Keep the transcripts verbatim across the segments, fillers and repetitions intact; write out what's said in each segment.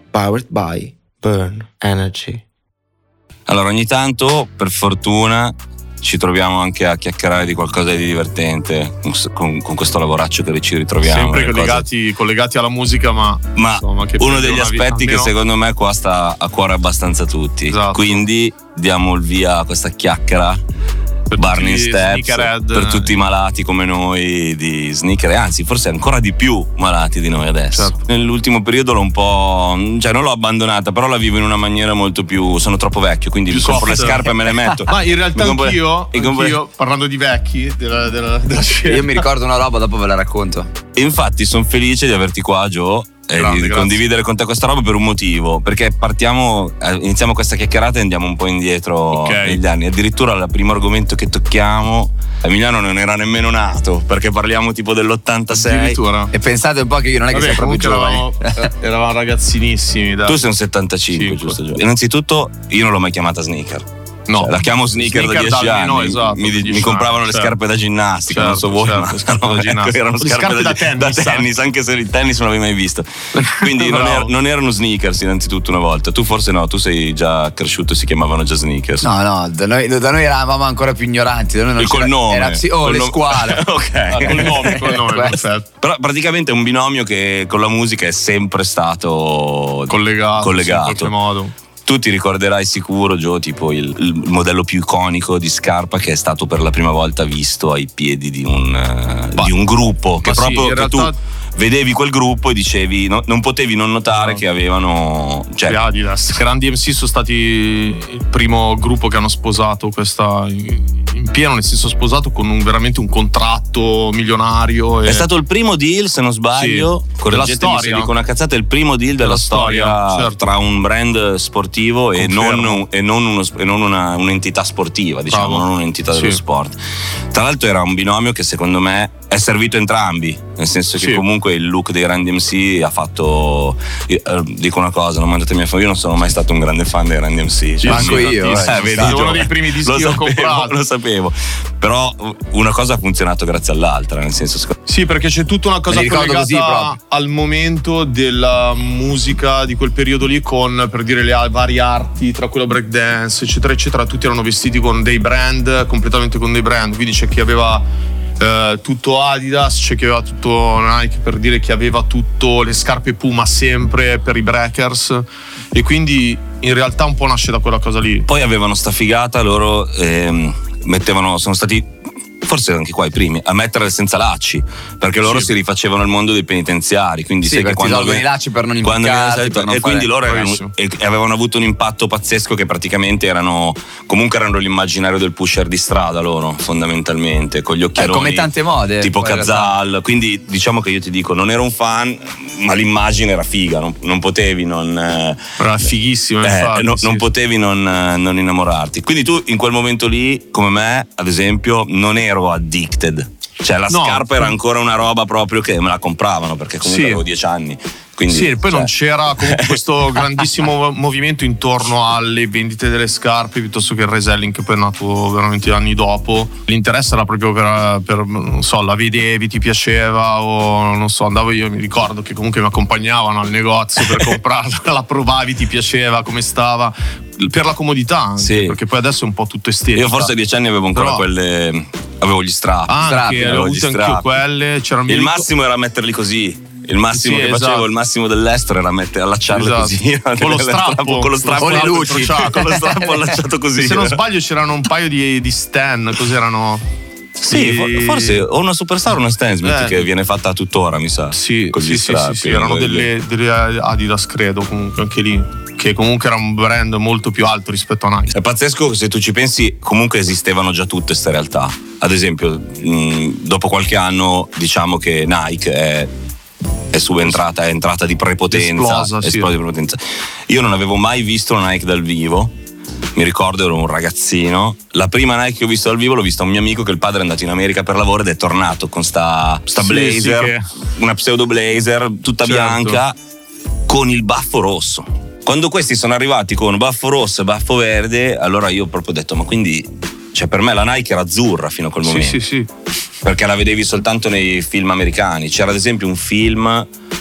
Powered by Burn Energy. Allora, ogni tanto, per fortuna, ci troviamo anche a chiacchierare di qualcosa di divertente con, con questo lavoraccio che ci ritroviamo. Sempre collegati, cose... collegati alla musica, ma, ma insomma, che uno degli aspetti vita, che secondo me qua sta a cuore abbastanza tutti. Esatto. Quindi diamo il via a questa chiacchiera. Per Burning Steps sneakerhead, per tutti i malati come noi di sneaker, e anzi forse ancora di più malati di noi adesso. Certo. Nell'ultimo periodo l'ho un po', cioè non l'ho abbandonata, però la vivo in una maniera molto più, sono troppo vecchio, quindi mi compro le scarpe e me le metto. Ma in realtà compro, anch'io, compro... anch'io parlando di vecchi della, della, della scena, io mi ricordo una roba, dopo ve la racconto. Infatti sono felice di averti qua, Joe, e Grande, di grazie. condividere con te questa roba per un motivo, perché partiamo, iniziamo questa chiacchierata e andiamo un po' indietro okay. negli anni. Addirittura il primo argomento che tocchiamo, Emiliano non era nemmeno nato, perché parliamo tipo dell'ottantasei. Addirittura. E pensate un po' che io non è che Vabbè, sia proprio giovane. Eravamo, eravamo ragazzinissimi, dai. Tu sei un settantacinque, Sì, giusto? Joe? Innanzitutto io non l'ho mai chiamata sneaker. No, Cioè, la chiamo sneaker, sneaker da dieci da anni. almeno, esatto, mi, dieci mi compravano anni, le certo. scarpe da ginnastica, Certo, non so voi, certo, ma le scarpe no, da ginnastica. erano Le scarpe, scarpe da, da tennis, da tennis, anche se il tennis non l'avevi mai visto. Quindi non, er, non erano sneakers innanzitutto una volta. Tu forse no, tu sei già cresciuto, si chiamavano già sneakers. No, no, da noi, da noi eravamo ancora più ignoranti. Da noi non il col nome. Era, sì, oh, col le nome. squadre. Ok. Ah, col nome, col nome, perfetto. Però praticamente è un binomio che con la musica è sempre stato Collegato, collegato. sì, in qualche modo. Tu ti ricorderai sicuro, Joe, tipo il, il modello più iconico di scarpa che è stato per la prima volta visto ai piedi di un, bah, di un gruppo, che sì, proprio che realtà... tu vedevi quel gruppo e dicevi no, non potevi non notare no. che avevano, cioè, Gli Adidas. Grandi M C sono stati il primo gruppo che hanno sposato questa in pieno, nel senso sposato con un, veramente un contratto milionario. E... È stato il primo deal, se non sbaglio, sì, correggetemi se dico una cazzata, è il primo deal della, della storia, storia, certo. tra un brand sportivo e non, e non, uno, e non una, un'entità sportiva, diciamo, Bravo. non un'entità dello sì. sport. Tra l'altro era un binomio che secondo me è servito entrambi, nel senso che sì. comunque il look dei Run D M C ha fatto, io, eh, dico una cosa, non mandatemi a fare, io non sono mai stato un grande fan dei Run D M C, Sì, manco sì, io, eh, eh, vedi, è uno Gio, dei primi dischi lo che ho sapevo, comprato. lo sapevo, però una cosa ha funzionato grazie all'altra, nel senso sì, perché c'è tutta una cosa collegata così, al momento della musica di quel periodo lì, con, per dire, le varie arti, tra quello breakdance eccetera eccetera, tutti erano vestiti con dei brand, completamente con dei brand, quindi c'è chi aveva Uh, tutto Adidas, c'è chi aveva tutto Nike, per dire, chi aveva tutto le scarpe Puma sempre per i breakers, e quindi in realtà un po' nasce da quella cosa lì. Poi avevano sta figata, loro ehm, mettevano, sono stati forse anche qua i primi a mettere senza lacci, perché loro sì. si rifacevano il mondo dei penitenziari, quindi sì, sai che quando tolgono i lacci per non impiccarti, per non e fare... quindi loro erano, Bravissimo. e avevano avuto un impatto pazzesco, che praticamente erano comunque erano l'immaginario del pusher di strada loro, fondamentalmente, con gli occhialoni, eh, come tante mode tipo poi, Cazal, quindi diciamo che io ti dico non ero un fan, ma l'immagine era figa, non, non potevi non Era fighissimo, eh, infatti, no, sì. non potevi non, non innamorarti. Quindi tu in quel momento lì, come me ad esempio, non ero addicted, cioè la No. scarpa era ancora una roba proprio che me la compravano, perché comunque Sì. avevo dieci anni. Quindi, Sì, poi cioè. non c'era comunque questo grandissimo movimento intorno alle vendite delle scarpe, piuttosto che il reselling, che poi è nato veramente anni dopo. L'interesse era proprio per, per non so, la vedevi, ti piaceva, o non so, andavo io, mi ricordo che comunque mi accompagnavano al negozio per comprarla, la provavi, ti piaceva, come stava, per la comodità anche, Sì. perché poi adesso è un po' tutto estetico. Io forse a dieci anni avevo ancora Però- quelle, avevo gli strap. Anche, strappi, le ho avevo gli avute anch'io strappi. quelle, c'era Il massimo era metterli così. Il massimo Sì, che esatto. facevo, il massimo dell'estero era mettere, allacciarle Esatto. così. Con lo strappo, con lo strappo, con le luci. con lo strappo allacciato così. Se non sbaglio c'erano un paio di, di Stan, cos'erano? Sì, Di- forse o una Superstar o una Stan Smith Eh. che viene fatta tuttora, mi sa. Sì, con gli sì, sì, strappi, sì, sì, erano quelli. delle, delle Adidas, credo, comunque anche lì, che comunque era un brand molto più alto rispetto a Nike. È pazzesco che se tu ci pensi comunque esistevano già tutte queste realtà. Ad esempio, mh, dopo qualche anno diciamo che Nike è, è subentrata, è entrata di prepotenza, Esplosa, sì. esplosa di prepotenza. Io non avevo mai visto una Nike dal vivo. Mi ricordo, ero un ragazzino. La prima Nike che ho visto dal vivo l'ho vista a un mio amico che il padre è andato in America per lavoro ed è tornato con sta, sta Sì, blazer, sì, che- una pseudo blazer tutta Certo. bianca con il baffo rosso. Quando questi sono arrivati con baffo rosso e baffo verde, allora io ho proprio detto, ma quindi, cioè per me la Nike era azzurra fino a quel Sì, momento, sì, sì. perché la vedevi soltanto nei film americani. C'era ad esempio un film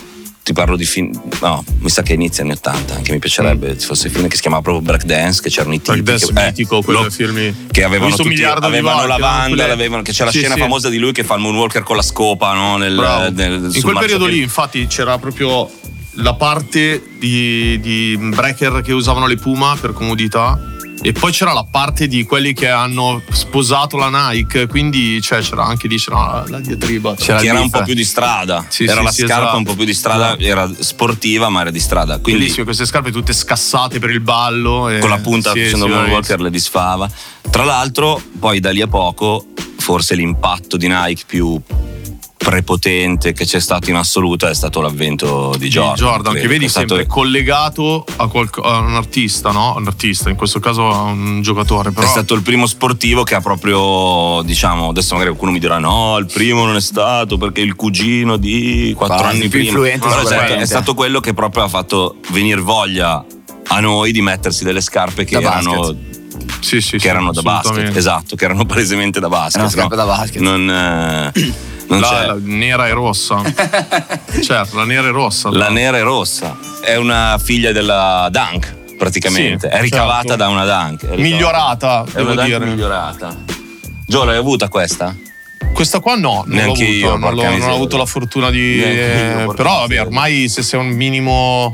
ti parlo di film, no, mi sa che inizia anni ottanta, anche mi piacerebbe mm. se fosse film che si chiamava proprio Breakdance, che c'erano i tipi Breakdance che, mitico, eh, quello lo, film che avevano tutti, avevano volte, lavanda, no? avevano, che c'è la sì, scena sì. famosa di lui che fa il moonwalker con la scopa, no? Nel, nel, in quel periodo lì infatti c'era proprio la parte di, di breaker che usavano le Puma per comodità, e poi c'era la parte di quelli che hanno sposato la Nike, quindi cioè, c'era anche lì c'era la, la diatriba, c'era che era un po' più di strada, sì, era sì, la sì, scarpa esatto. un po' più di strada, era sportiva ma era di strada, quindi bellissime queste scarpe tutte scassate per il ballo e con la punta sì, facendo sì, moonwalker le disfava. Tra l'altro poi da lì a poco forse l'impatto di Nike più prepotente che c'è stato in assoluto è stato l'avvento di Jordan, di Jordan che vedi è stato sempre collegato a, qualco, a un artista, no? Un artista, in questo caso a un giocatore, però è stato il primo sportivo che ha proprio, diciamo, adesso magari qualcuno mi dirà no, il primo non è stato perché il cugino di quattro Ma anni più prima, influente però sicuramente. è stato quello che proprio ha fatto venire voglia a noi di mettersi delle scarpe che Da erano basket. sì, sì, che sì, erano da basket, esatto, che erano palesemente da basket, Erano scarpe no? da basket. Non, eh, non la, c'è. la nera e rossa certo, la nera e rossa La nera e rossa è una figlia della Dunk praticamente, Sì, è ricavata certo. da una Dunk, è ricavata. migliorata, è devo una Dunk dire migliorata. Gio, l'hai avuta questa? questa qua no, non Neanche l'ho avuta, io, non, porca l'ho, non miseria. ho avuto la fortuna di Neanche io, eh, porca però vabbè, miseria. ormai se sei un minimo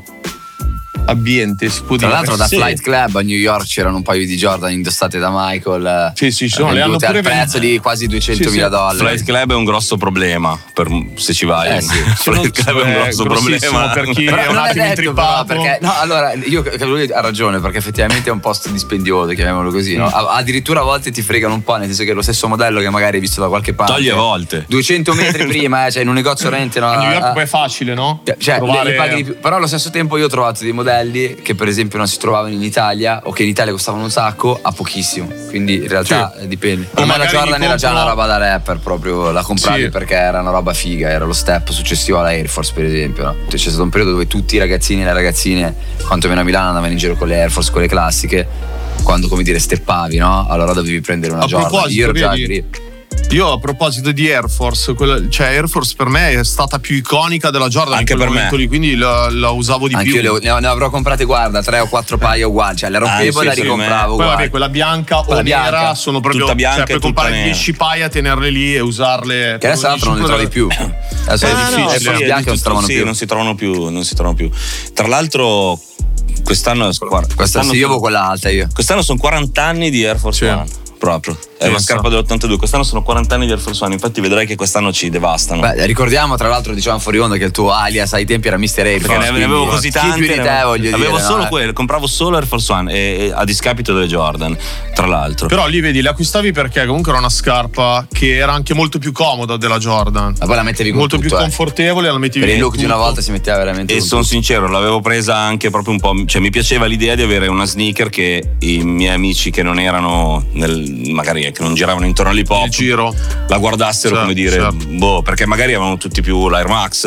ambiente si può Tra dire. l'altro da Sì. Flight Club a New York c'erano un paio di Jordan indossate da Michael. Sì, sì, ci sono, le hanno vendute pure al prezzo vendute. di quasi duecentomila Sì, sì. dollari. Flight Club è un grosso problema per, se ci vai. Eh sì. Flight Club è un grosso grossissimo problema per chi Però è un non è attimo detto, intrippato. però, perché no, allora io che lui ha ragione, perché effettivamente è un posto dispendioso, chiamiamolo così, no? A- addirittura a volte ti fregano un po', nel senso che lo stesso modello che magari hai visto da qualche parte Toglie a volte. duecento metri prima, eh, cioè in un negozio rente, no? A New York a- poi è facile, no? Cioè, Trovare- le, le paghi di più. Però allo stesso tempo io ho trovato dei modelli che per esempio non si trovavano in Italia o che in Italia costavano un sacco a pochissimo. Quindi in realtà Sì. eh, dipende. O Per me la magari Jordan li era già compro- una roba da rapper, proprio la compravi Sì. perché era una roba figa, era lo step successivo alla Air Force, per esempio. No? C'è stato un periodo dove tutti i ragazzini e le ragazzine, quantomeno a Milano, andavano in giro con le Air Force, quelle classiche. Quando, come dire, steppavi, no? Allora dovevi prendere una A Jordan. proposito, Io ero già vedi, lì. Io a proposito di Air Force, quella, cioè Air Force per me è stata più iconica della Jordan Anche in quel per me. momento lì, quindi la, la usavo di Anche più. io le ho- ne, ho- ne avrò comprate, guarda, tre o quattro paia uguali. Cioè le rompevo Ah, e sì, la sì, ricompravo Poi uguali. vabbè, quella bianca Quella o nera bianca. sono proprio, Tutta bianca cioè e puoi tutta comprare nera. dieci paia, tenerle lì e usarle. Che adesso altro non le trovi più. Adesso Eh, è no, difficile, sì, le è bianche non si trovano sì, più. non si trovano più, non si trovano più. Tra l'altro quest'anno, guarda, Questa quest'anno, sì, io avevo quella alta io. quest'anno sono quaranta anni di Air Force Sì. One. Proprio, è una Pensa. scarpa dell'ottantadue. Quest'anno sono quaranta anni di Air Force One. Infatti, vedrai che quest'anno ci devastano. Beh, ricordiamo tra l'altro, diciamo fuori onda, che il tuo alias ai tempi era mister Air Perché Force, ne, ne avevo quindi così chi tanti. più di ne te, avevo, voglio avevo dire. solo no? quello, compravo solo Air Force One e, e a discapito delle Jordan, tra l'altro. Però lì vedi, le acquistavi perché comunque era una scarpa che era anche molto più comoda della Jordan. Ma poi la mettevi con Molto tutto, più eh. confortevole, la mettevi Per il con look di una tutto. volta si metteva veramente E con sono tutto. sincero, l'avevo presa anche proprio un po'. Cioè, mi piaceva l'idea di avere una sneaker che i miei amici che non erano nel, magari che non giravano intorno all'hip hop Il giro. la guardassero, Certo, come dire, certo. boh, perché magari avevano tutti più l'Air Max,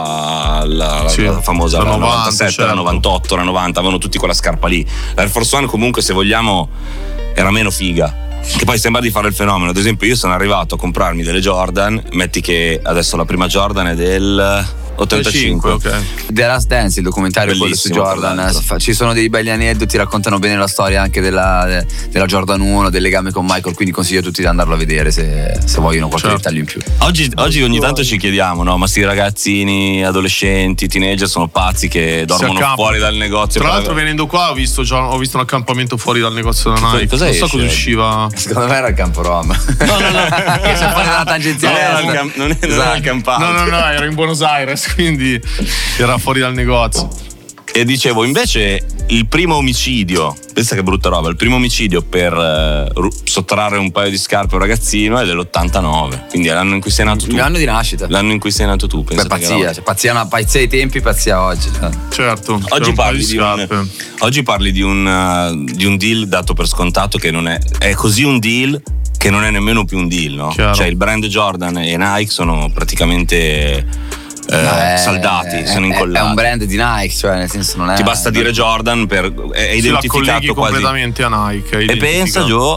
la, la, Sì, la famosa la la novanta, novantasette, certo. la novantotto, la novanta, avevano tutti quella scarpa lì. L'Air Force One comunque, se vogliamo, era meno figa. Che poi sembra di fare il fenomeno. Ad esempio, io sono arrivato a comprarmi delle Jordan, metti che adesso la prima Jordan è del ottantacinque. ok. The Last Dance, il documentario quello su Bellissimo, tra Jordan, l'altro. si fa- ci sono dei belli aneddoti, raccontano bene la storia anche della, della Jordan uno, del legame con Michael, quindi consiglio a tutti di andarlo a vedere se, se vogliono qualche Certo. dettaglio in più. Oggi, oggi ogni tanto ci chiediamo, no? Ma sti ragazzini, adolescenti, teenager sono pazzi che dormono accampano. fuori dal negozio. Tra per l'altro, aver- venendo qua, ho visto, già, ho visto un accampamento fuori dal negozio da Nike. Cosa non so esce cosa oggi? usciva. Secondo me era il campo Rom. No, no, no. Che c'è fuori dalla tangenziale. Non era il cam- non è- non era il campato. No, no, no, ero in Buenos Aires, quindi era fuori dal negozio. E dicevo, invece, il primo omicidio, pensa che brutta roba, il primo omicidio per eh, ru- sottrarre un paio di scarpe a un ragazzino è dell'ottantanove, quindi è l'anno in cui sei nato Il tu. mio anno di nascita. L'anno in cui sei nato tu, Beh, pensa che pazzia, roba. cioè, pazzia, una, pazzia ai tempi, pazzia oggi. cioè. Certo. c'era Oggi un paio parli, di un, scarpe. oggi parli di un uh, di un deal dato per scontato, che non è è così un deal che non è nemmeno più un deal, no? Chiaro. Cioè il brand Jordan e Nike sono praticamente eh, No, è- saldati, è- sono è- incollati. È un brand di Nike, cioè nel senso non è. Ti basta dire Jordan per è Sì, la identificato colleghi quasi. completamente a Nike. è E pensa, identificato. Gio,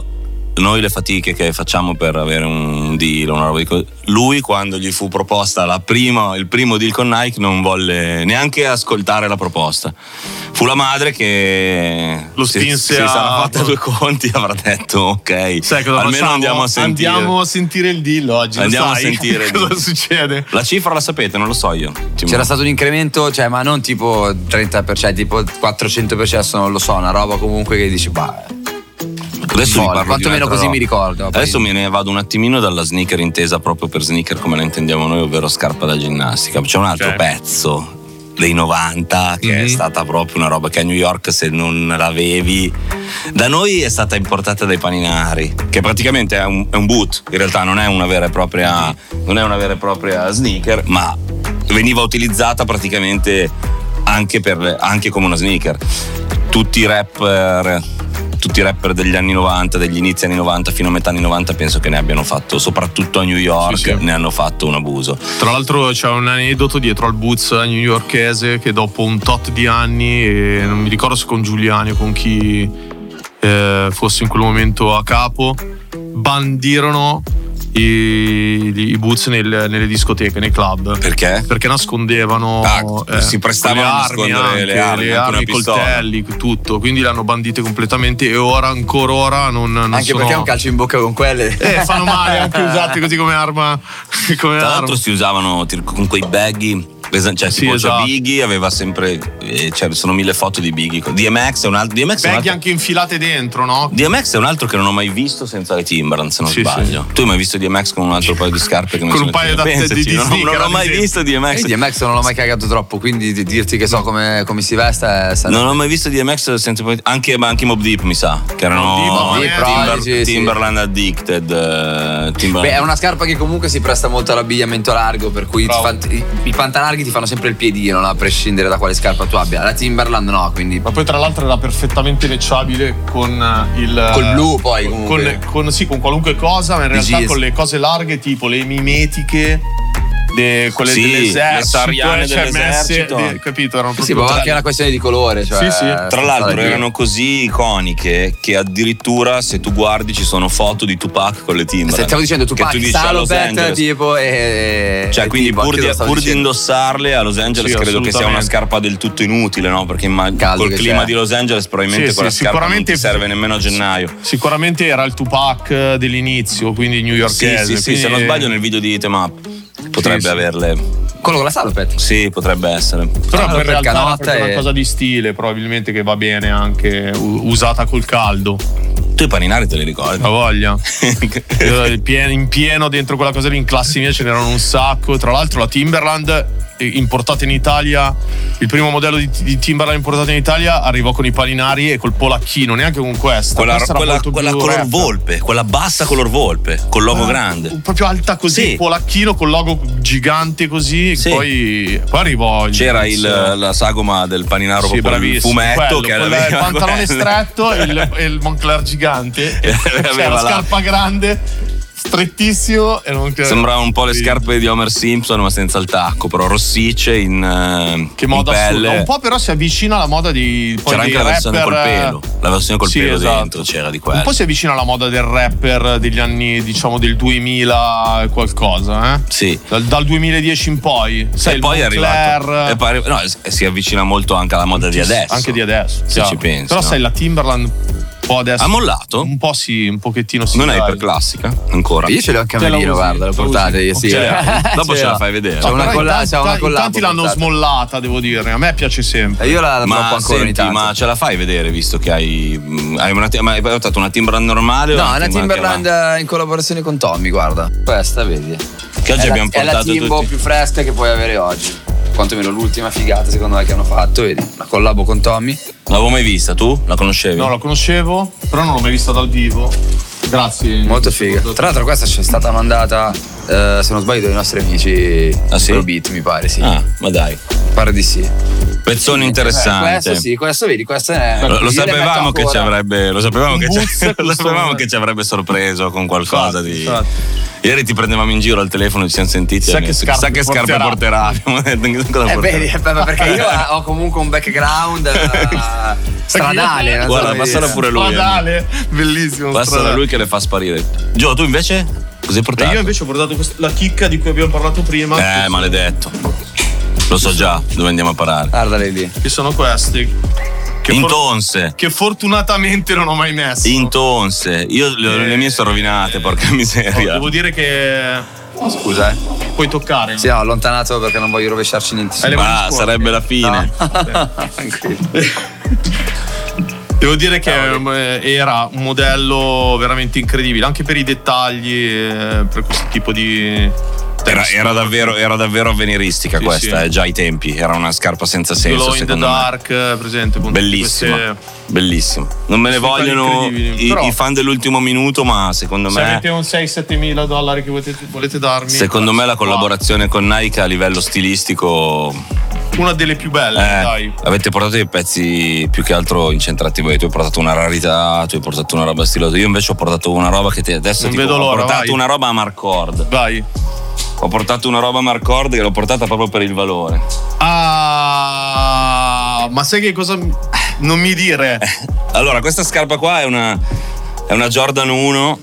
noi le fatiche che facciamo per avere un deal, una roba di co- lui quando gli fu proposta la prima, il primo deal con Nike non volle neanche ascoltare la proposta. Fu la madre che lo spinse si, si a... sarà fatta due conti e avrà detto ok, sai cosa almeno facciamo? andiamo a sentire andiamo a sentire il deal oggi, andiamo lo sai? a sentire cosa succede. La cifra la sapete, non lo so io. C'era stato un incremento, cioè ma non tipo trenta per cento, tipo quattrocento per cento, non lo so, una roba comunque che dici bah. Adesso vi parlo quantomeno così roba. mi ricordo. Adesso me ne vado un attimino dalla sneaker intesa proprio per sneaker come la intendiamo noi, ovvero scarpa da ginnastica. C'è un altro okay. pezzo dei novanta che mm-hmm. è stata proprio una roba che a New York se non l'avevi, da noi è stata importata dai Paninari, che praticamente è un, è un boot, in realtà non è una vera e propria mm-hmm. non è una vera e propria sneaker, ma veniva utilizzata praticamente anche, per, anche come una sneaker. Tutti i rapper tutti i rapper degli anni novanta, degli inizi anni novanta fino a metà anni novanta penso che ne abbiano fatto, soprattutto a New York, sì, sì. ne hanno fatto un abuso. Tra l'altro c'è un aneddoto dietro al Boots newyorkese che dopo un tot di anni, e non mi ricordo se con Giuliani o con chi eh, fosse in quel momento a capo, bandirono I, i Boots nel, nelle discoteche, nei club. Perché? Perché nascondevano ah, eh, si prestavano a nascondere anche, le armi, le armi, i coltelli, tutto. Quindi le hanno bandite completamente e ora, ancora ora, non, non anche sono... perché un calcio in bocca con quelle eh, fanno male, anche usate così come arma. Come Tra arma. l'altro si usavano con quei baggy. Cioè, sì, tipo esatto. Biggie aveva sempre, eh, cioè, sono mille foto di Biggie. D M X è un altro. D M X baggy altro, anche infilate dentro, no? D M X è un altro che non ho mai visto senza le Timberland, se non sì, sbaglio. Sì. Tu hai mai visto D M X con un altro paio di scarpe che non con un paio da, Pensaci, di, di non, sneaker, non ho mai visto D M X. Eh, D M X non l'ho mai cagato troppo, quindi di dirti che so come, come si veste è non ho mai visto D M X senza anche, anche Mobb Deep mi sa che erano Mobb Deep, Timber, Prodigy, Timberland sì. Addicted uh, Timberland. Beh, è una scarpa che comunque si presta molto all'abbigliamento largo, per cui ti fa, i, i pantalarghi ti fanno sempre il piedino, no? A prescindere da quale scarpa tu abbia. La Timberland no, quindi. Ma poi tra l'altro era perfettamente matchabile con il col blu, poi comunque. Con, con, sì, con qualunque cosa, ma in realtà G S. con le cose larghe tipo le mimetiche, le, quelle sì, dell'esercito, le sariane cioè dell'esercito. messe, de, capito? Erano sì, ma anche una questione di colore, cioè, sì, sì. Tra l'altro erano così iconiche che addirittura se tu guardi ci sono foto di Tupac con le Timberland. Stavo dicendo Tupac, tu dici a Los Angeles tipo e, cioè e quindi tipo, pur, di, pur di indossarle a Los Angeles sì, credo che sia una scarpa del tutto inutile, no? Perché immag- Caldo col clima c'è. di Los Angeles probabilmente sì, quella sì, scarpa non ti serve nemmeno a gennaio. Sicuramente era il Tupac dell'inizio, quindi newyorkese. Sì, sì, sì, quindi... se non sbaglio nel video di Hit 'em Up potrebbe sì, sì. averle. Quello con la salopette? Sì, potrebbe essere. Però ah, per realtà era canotta una e... cosa di stile, probabilmente, che va bene anche usata col caldo. Tu i paninari te li ricordi? La voglia. In pieno dentro quella cosa lì, in classe mia ce n'erano un sacco. Tra l'altro la Timberland importata in Italia, il primo modello di, di Timberland importato in Italia arrivò con i paninari e col polacchino, neanche con questa. Quella, questa quella, quella color rap. volpe, quella bassa color volpe, col logo ah, grande. Proprio alta così, sì. polacchino col logo gigante così. Sì. Poi, poi arrivò. Il C'era il, la sagoma del paninaro sì, proprio il fumetto quello, che era il pantalone stretto e il, e il Moncler gigante. E c'era la scarpa grande. Strettissimo e non sembrava un po' le scarpe di Homer Simpson ma senza il tacco, però rossicce in uh, che moda in pelle. Assurda. Un po' però si avvicina alla moda di poi c'era anche la versione rapper, col pelo la versione col sì, pelo esatto. dentro c'era di quella. Un po' si avvicina alla moda del rapper degli anni diciamo del duemila qualcosa, eh? Sì. Dal, dal duemiladieci in poi. Sai, e poi è arrivato e poi, no, si avvicina molto anche alla moda di adesso. Anche di adesso. Se chiaro. ci pensi. Però no? sai la Timberland adesso ha mollato? Un po' sì, un pochettino sì. Non è dai. iperclassica ancora. Io ce l'ho anche a Melino, guarda, lo portate io sì. Dopo ce la fai vedere. C'è una collab, c'è una collab. Tanti l'hanno smollata, devo dire. A me piace sempre. E io la ma troppo ancora senti, ogni tanto. ma ce la fai vedere visto che hai hai una ma hai portato una Timberland normale no, o una Timberland in collaborazione con Tommy, guarda. Questa, vedi. Che oggi è abbiamo la, portato è la Timbo tutti. più fresca che puoi avere oggi. Quantomeno l'ultima figata secondo me che hanno fatto, vedi, una collabo con Tommy. Non l'avevo mai vista, tu? La conoscevi? No, la conoscevo, però non l'ho mai vista dal vivo. Grazie. Molto figa. Tra l'altro questa ci è stata mandata, eh, se non sbaglio, dai nostri amici ah, sì? Pro Beat, mi pare, sì. Ah, ma dai. Pare di sì. Pezzone Sì, interessante. eh, questo sì, questo vedi, questo è. Lo, lo io le sapevamo metto che ci ancora. avrebbe, lo sapevamo, che Boots, ci, lo questo- sapevamo che ci avrebbe sorpreso con qualcosa Infatti, di. infatti. Ieri ti prendevamo in giro al telefono, ci siamo sentiti. Sa e che abbiamo detto, scarpe Sa che scarpe porterà." porterà. Abbiamo detto, cosa Eh, porterà? vedi, eh, beh, perché io ho comunque un background eh, stradale. non so Guarda, come passala dire. pure lui. eh. Stradale, bellissimo. Passa da stradale. lui che le fa sparire. Gio, tu invece? Cos'hai E portato? io invece ho portato questa- la chicca di cui abbiamo parlato prima. Eh, maledetto. Lo so già dove andiamo a parare. Guardali lì. Che sono questi. Che, In for- tonse. che fortunatamente non ho mai messo. In tonse. Io le, le mie sono rovinate, porca Oh, miseria. devo dire che Scusa, eh. puoi toccare. Sì, ho allontanato perché non voglio rovesciarci niente. Hai le mani Ah, sporche. sarebbe la fine. No. Tranquillo. Devo dire che eh, era un modello veramente incredibile, anche per i dettagli, eh, per questo tipo di. Era, era davvero, era davvero avveniristica Sì, questa, sì. eh, già ai tempi. Era una scarpa senza senso, Glow in the secondo me. Dark, eh, presente. con Bellissima, queste- bellissima. Non me ne Queste vogliono incredibili. i, Però- i fan dell'ultimo minuto, ma secondo Se me, avete un sei sette mila dollari che volete, volete darmi. secondo me la qua, collaborazione con Nike a livello stilistico, Una delle più belle, eh, dai. avete portato dei pezzi più che altro incentrati voi. Tu hai portato una rarità, tu hai portato una roba stilosa. Io invece ho portato una roba che ti, adesso Non tipo, vedo ho l'ora, portato vai. una roba a Marcord. Vai. Ho portato una roba a Marcord che l'ho portata proprio per il valore. Ah, ma sai che cosa. mi- Non mi dire. Allora, questa scarpa qua è una, è una Jordan uno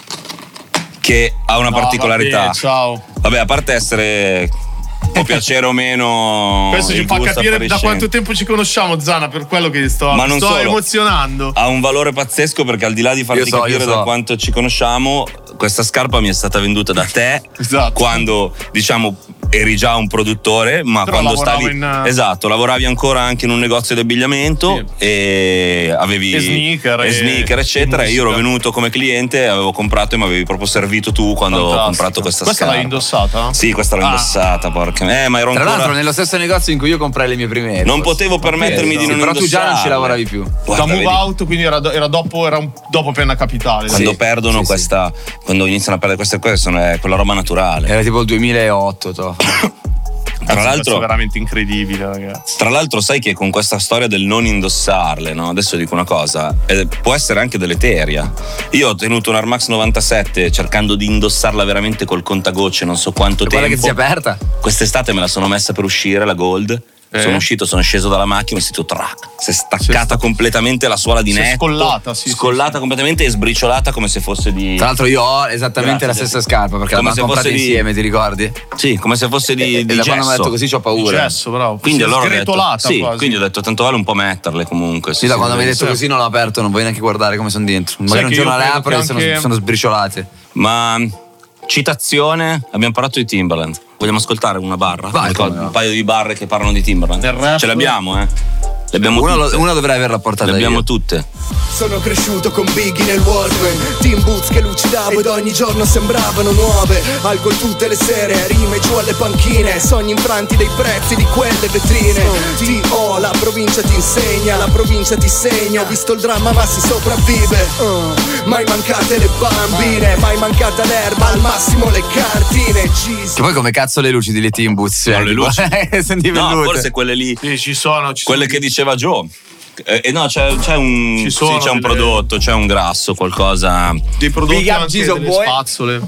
che ha una No, particolarità. vabbè, ciao. Vabbè, a parte essere può piacere o meno. Questo ci il fa gusto capire da appariscente. quanto tempo ci conosciamo, Zana, per quello che sto, Ma mi non sto solo. emozionando. Ha un valore pazzesco perché al di là di farti Io so, capire io so. da quanto ci conosciamo, questa scarpa mi è stata venduta da te Esatto. quando, diciamo, eri già un produttore, ma Però quando lavoravo stavi in- esatto, lavoravi ancora anche in un negozio di abbigliamento Sì. e avevi E sneaker e e- sneaker, eccetera. e E io ero musica. venuto come cliente, avevo comprato e mi avevi proprio servito tu quando ho Fantastico. comprato questa, Questa scarpa. l'hai indossata? Sì, questa l'ho Ah. indossata, porca. Eh, ma ero Tra ancora l'altro, nello stesso negozio in cui io comprai le mie prime Air non Force. potevo permettermi Sì, di non però tu già non ci indossarle. lavoravi più. Guarda, da Move vedi, Out, quindi era, do- era dopo, era un- dopo Penna Capitale. quando Sì, perdono sì, questa quando iniziano a perdere queste cose sono è quella roba naturale. Era tipo il duemilaotto, to. Tra Questo l'altro è veramente incredibile, ragazzi. Tra l'altro sai che con questa storia del non indossarle, no? Adesso dico una cosa, eh, può essere anche deleteria. Io ho tenuto un Air Max novantasette cercando di indossarla veramente col contagocce non so quanto Guarda tempo. che si è aperta. Quest'estate me la sono messa per uscire, la Gold. Eh? Sono uscito, sono sceso dalla macchina e ho sentito track. Si è staccata Si è sta- completamente la suola di si è netto. scollata, sì, sì, Scollata sì. completamente e sbriciolata come se fosse di. Tra l'altro io ho esattamente Grazie. la stessa scarpa perché Come l'abbiamo se comprata fosse di- insieme, ti ricordi? Sì, come se fosse di, e di da quando mi ha gesso. detto così c'ho Di paura. gesso, bravo. Quindi Si è allora ho detto, sgretolata sì, quasi. quindi ho detto tanto vale un po' metterle comunque. Sì, da quando mi hai detto sì. così non l'ho aperto, non voglio neanche guardare come sono dentro. Magari un che giorno io le credo apro che e sono, anche- sono sbriciolate. Ma citazione, abbiamo parlato di Timbaland. Vogliamo ascoltare una barra? Vai, Ricordo, come no. un paio di barre che parlano di Timbaland. Del rap. Ce le abbiamo, eh? Le abbiamo Una, tutte. lo- una dovrei averla portata Le abbiamo io. tutte. Sono cresciuto con Biggie nel Walkman, Team Boots che lucidavo ed ogni giorno sembravano nuove. Alcol tutte le sere, rime giù alle panchine, sogni infranti dei prezzi di quelle vetrine. T O, la provincia ti insegna, la provincia ti segna. Ho visto il dramma ma si sopravvive. Uh, mai mancate le bambine, mai mancata l'erba, al massimo le cantine. Jeez. Che poi come cazzo le luci di Team Boots? No, le luci. Sono No, divellute. forse quelle lì. Sì, ci sono. Ci Quelle sono. che diceva Joe. Eh, eh, no, c'è, c'è un, Ci sì, sono c'è un delle- prodotto, c'è un grasso, qualcosa. dei prodotti Big up, anche Giso delle boy. spazzole.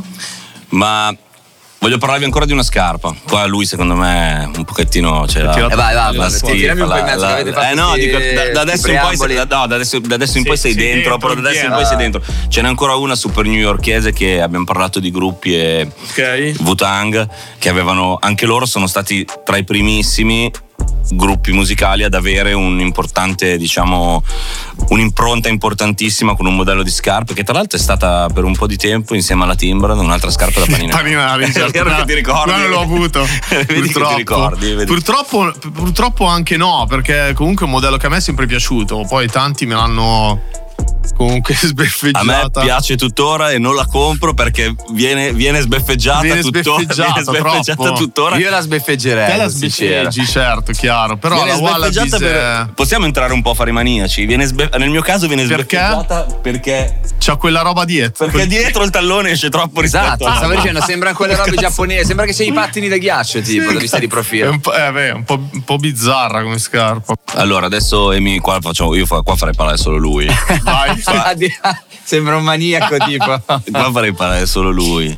Ma voglio parlarvi ancora di una scarpa. Qua lui, secondo me, un pochettino ce l'ha. tirato Eh vai, vai, La vai, schifa, tirami un po' in la- mezzo la- che avete fatto eh no, sti- dico, da, da adesso sti in poi sei, preamboli. da, no, da adesso, da adesso in Sì, poi sei sì, dentro, dentro, però da adesso in pieno. poi sei dentro. Ce n'è ancora una super newyorkese che abbiamo parlato di gruppi e Ok. Wu-Tang che avevano, anche loro sono stati tra i primissimi gruppi musicali ad avere un importante, diciamo, un'impronta importantissima con un modello di scarpe che tra l'altro è stata per un po' di tempo insieme alla Timberland un'altra scarpa da paninare. Paninari, certo. È vero che ti ricordi? No, non l'ho avuto. Vedi che Purtroppo. ti ricordi, vedi. Purtroppo, purtroppo anche no, perché comunque è un modello che a me è sempre piaciuto. Poi tanti me l'hanno comunque A sbeffeggiata. me piace tuttora e non la compro perché viene, viene sbeffeggiata Viene tuttora. sbeffeggiata, viene sbeffeggiata troppo. tuttora. Io la sbeffeggerei. Te la sono sincero. sbeffeggi, certo, chiaro. Però Viene la sbeffeggiata Wallabies per... è... Possiamo entrare un po' a fare i maniaci. Viene sbe... Nel mio caso viene Perché? sbeffeggiata perché c'ha quella roba dietro. perché dietro il tallone esce troppo rispetto Esatto, alla- stavo dicendo, sembrano quelle robe giapponesi, sembra che siano i pattini da ghiaccio, tipo, da vista di È profilo. un po', eh, beh, un po', un po' bizzarra come scarpa. Allora adesso Emi, qua facciamo, io fa- qua farei parlare solo lui. Vai. Sembra un maniaco, tipo. Qua farei parlare solo lui.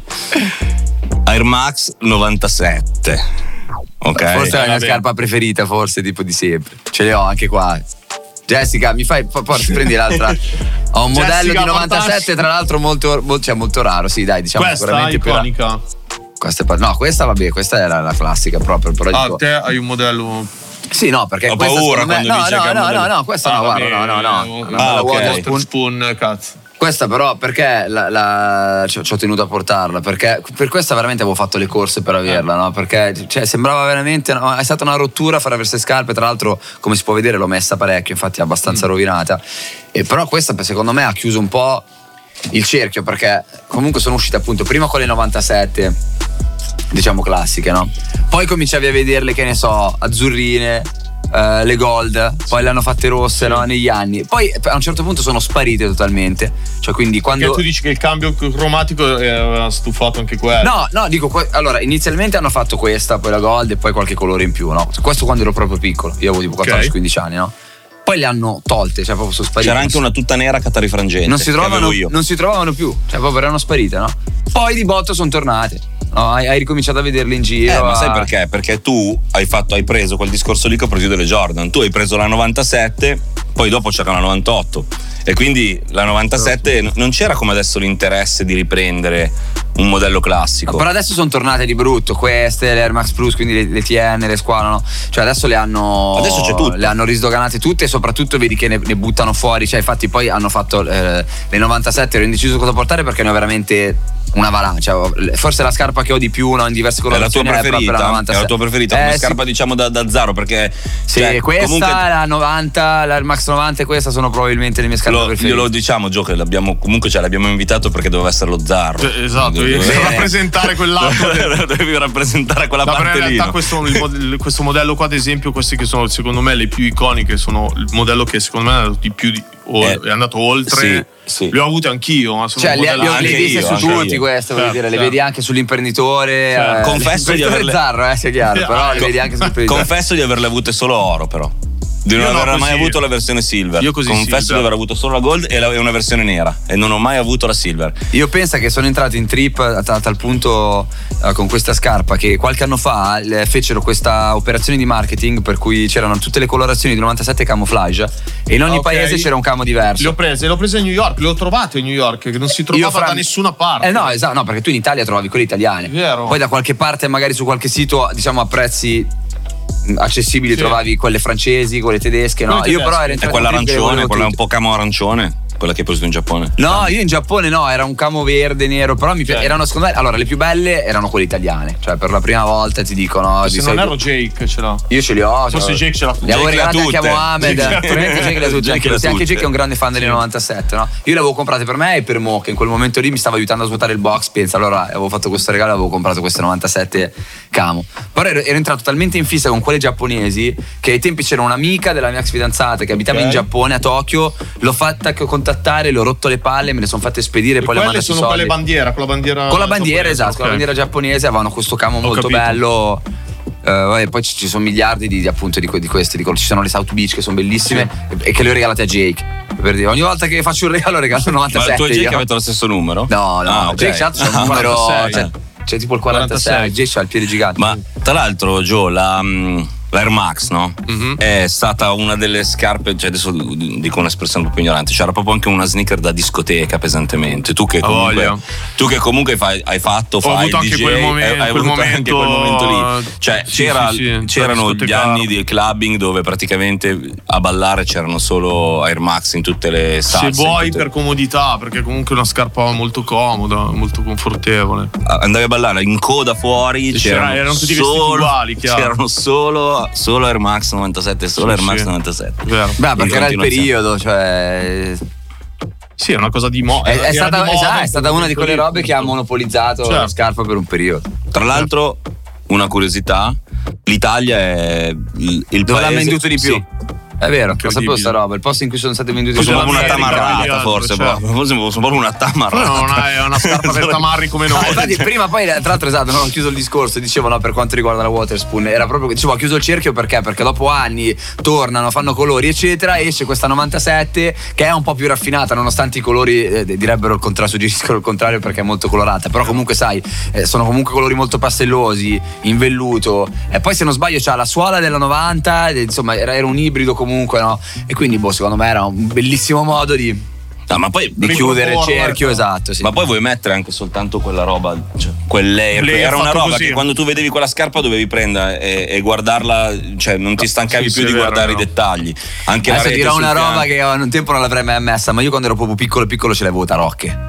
Air Max novantasette. Ok. Forse è la mia vabbè. scarpa preferita, forse, tipo di sempre. Ce le ho anche qua. Jessica, mi fai, po- porti, prendi l'altra. Ho un Jessica, modello di novantasette, portasci. tra l'altro molto, molto, cioè molto raro, sì, dai, diciamo Questa sicuramente più ra- iconica. questa è pa- no, questa vabbè, questa era la classica proprio, però Ah, dico, te hai un modello. sì, no, perché Ho questa paura secondo me, quando no, dice no, che è un no, no, modello. no, questa no, Ah, guarda, vabbè, no, no, no, eh, una ah, bella ok. Waterspoon. Spoon, cazzo. Questa però perché la, la- ci, ci ho tenuto a portarla, perché per questa veramente avevo fatto le corse per averla, no? Perché cioè, sembrava veramente, no, è stata una rottura fare queste scarpe, tra l'altro come si può vedere l'ho messa parecchio, infatti è abbastanza rovinata, e però questa secondo me ha chiuso un po' il cerchio, perché comunque sono uscite appunto prima con le novantasette, diciamo classiche, no? Poi cominciavi a vederle, che ne so, azzurrine, eh, le gold, poi le hanno fatte rosse, no, negli anni. Poi a un certo punto sono sparite totalmente. Cioè, quindi quando. Che tu dici che il cambio cromatico eh, aveva stufato anche quello. No, no, dico, que- allora, inizialmente hanno fatto questa, poi la gold e poi qualche colore in più, no? Questo quando ero proprio piccolo, io avevo tipo quattordici quindici anni, no? Poi le hanno tolte, cioè proprio sono sparite. C'era anche una tutta nera catarifrangente. Non si che trovavano, avevo io. non si trovavano più, cioè proprio erano sparite, no? Poi di botto sono tornate. No, hai, hai ricominciato a vederle in giro. Eh, ma a- sai perché? Perché tu hai fatto, hai preso quel discorso lì che ho preso delle Jordan. Tu hai preso la novantasette, poi dopo c'era la novantotto. E quindi la novantasette n- non c'era come adesso l'interesse di riprendere un modello classico. Però adesso sono tornate di brutto queste, le Air Max Plus, quindi le, le T N, le Squalo, no? Cioè adesso le hanno Adesso c'è tutto. le hanno risdoganate tutte, e soprattutto vedi che ne, ne buttano fuori. Cioè infatti poi hanno fatto eh, le novantasette, ero indeciso cosa portare perché ne ho veramente una valanga. Cioè, forse la scarpa che ho di più, no, in diverse È la tua colorazioni, è proprio preferita? la È novantasette. la tua preferita come Eh, sì. scarpa, diciamo, da, da Zaro? Perché Sì, cioè, questa, comunque la novanta, la Air Max novanta e questa sono probabilmente le mie scarpe lo, preferite. glielo diciamo, Gio, che l'abbiamo comunque ce l'abbiamo invitato perché doveva essere lo Zarro. Eh, Esatto, io Dove- devo rappresentare quel lato. del- Devi rappresentare quella No, però in parte lì. realtà no? questo, il mod- questo modello qua, ad esempio, questi che sono secondo me le più iconiche, sono il modello che secondo me è andato di più di, o- Eh, è andato oltre. sì, sì. Le ho avute anch'io, ma sono Cioè, le, modelli- le, le anche hai viste io, su anche tutti io. queste, voglio Certo, dire, le certo. vedi anche sull'imprenditore. Certo. eh, Confesso di l'imprenditore averle- Zarro, eh, sia chiaro, Eh, però ah, le vedi anche sull'imprenditore. Confesso di averle avute solo oro, però. Di non Io no, aver mai così. avuto la versione silver. Io così Confesso silver. di aver avuto solo la gold e, la, e una versione nera. E non ho mai avuto la silver. Io penso che sono entrato in trip a, a tal punto eh, con questa scarpa che qualche anno fa eh, fecero questa operazione di marketing per cui c'erano tutte le colorazioni di novantasette camouflage e in ogni Ok. paese c'era un camo diverso. Le ho prese, le ho prese a New York, le ho trovate a New York, che non si trovava fra- da nessuna parte. Eh no, esatto, no, perché tu in Italia trovavi quelle italiane. Vero. Poi da qualche parte, magari su qualche sito, diciamo a prezzi mh, accessibili, Sì. trovavi quelle francesi, quelle tedesche. No, Quelle io però tedesche. ero E entrato quella in trip che le arancione, volevo quella un tutte. po' camo arancione, quella che hai preso in Giappone. No, io in Giappone no, era un camo verde, nero, però mi pi- Cioè. erano secondo me, allora le più belle erano quelle italiane, cioè per la prima volta ti dicono di Se non solito- ero Jake, ce l'ho. io ce li ho, Forse cioè, Jake ce l'ha le avevo Jake le ha regalate anche a tutte. Mohamed, Jake- probabilmente Jake le ha tutte, Jake anche, le ha sì, anche tutte. Jake è un grande fan delle novantasette, no? Io le avevo comprate per me e per Mo, che in quel momento lì mi stava aiutando a svuotare il box, pensa, allora avevo fatto questo regalo e avevo comprato queste novantasette camo. Però ero, ero entrato talmente in fissa con quelle giapponesi che ai tempi c'era un'amica della mia ex fidanzata che abitava Ok. in Giappone, a Tokyo, l'ho fatta contattare, le ho rotto le palle, me le sono fatte spedire, E poi le ho quelle mandate i sono soldi. quelle bandiera, con la bandiera. Con la bandiera, giapponese, esatto, con la ok. bandiera giapponese avevano questo camo Ho molto capito. bello. Eh, vabbè, poi ci ci sono miliardi di, di, appunto di, que- di queste, di col- ci sono le South Beach che sono bellissime e, e che le ho regalate a Jake. Per dire, ogni volta che faccio un regalo regalo Ma novantasette. il tuo e Jake io. avete lo stesso numero? No, no, Ah, ok. Jake c'ha c'ha un Ah, numero, quarantasei. c'è, c'è tipo il quarantasei, quarantasei. Jake c'ha il piede gigante. Ma tra l'altro, Joe, la, mm, l'Air Max, no? Mhm. È stata una delle scarpe, cioè adesso dico un'espressione un po' più ignorante, c'era proprio anche una sneaker da discoteca pesantemente. Tu che Ha comunque, voglia. tu che comunque fai, hai fatto, Ho fai avuto il anche D J, quel momen- hai, hai quel avuto anche quel momento, momento lì. Cioè sì, c'era, sì, sì, c'erano per gli anni di clubbing dove praticamente a ballare c'erano solo Air Max in tutte le Se salse. vuoi in tutte- per comodità, perché comunque è una scarpa molto comoda, molto confortevole. andavi a ballare in coda fuori, Sì, c'erano, erano tutti vestiti solo, uguali, chiaro. c'erano solo, solo Air Max novantasette, solo Sì, Air Max sì. novantasette. Vero. Beh, perché In era il continuazione. periodo, cioè Sì, è una cosa di mo- È, è, stata, di moda, esatto, è stata una di quelle robe che ha tutto. monopolizzato Certo. la scarpa per un periodo. Tra l'altro, una curiosità, l'Italia è il, il Dove paese l'hanno venduto di più? Sì. È vero, non sapevo Incredibile. sta roba. Il posto in cui sono state vendute Forse di proprio una America, tamarrata, Italia, forse, cioè. proprio. Forse sono proprio una tamarrata. No, no, è una scarpa per tamarri come noi. Ah, infatti prima poi tra l'altro esatto, non ho chiuso il discorso, dicevo no, per quanto riguarda la Waterspoon era proprio dicevo ho chiuso il cerchio perché perché dopo anni tornano, fanno colori eccetera, esce questa novantasette che è un po' più raffinata nonostante i colori eh, direbbero il contrario, suggeriscono il contrario perché è molto colorata, però comunque sai eh, sono comunque colori molto pastellosi in velluto e poi se non sbaglio c'ha la suola della novanta ed, insomma era, era un ibrido comunque, no? E quindi boh secondo me era un bellissimo modo di No, ma poi di chiudere il cerchio, esatto, sì. Ma poi vuoi mettere anche soltanto quella roba, cioè quell'air, Lei era ha una fatto roba così. che quando tu vedevi quella scarpa dovevi prendere e, e guardarla, cioè non ti stancavi Sì, più sì, di è vero, guardare è i vero. dettagli. Anche la Adesso rete dirò sul una roba fianco. che un tempo non l'avrei mai ammessa, ma io quando ero proprio piccolo piccolo ce l'avevo tarocche.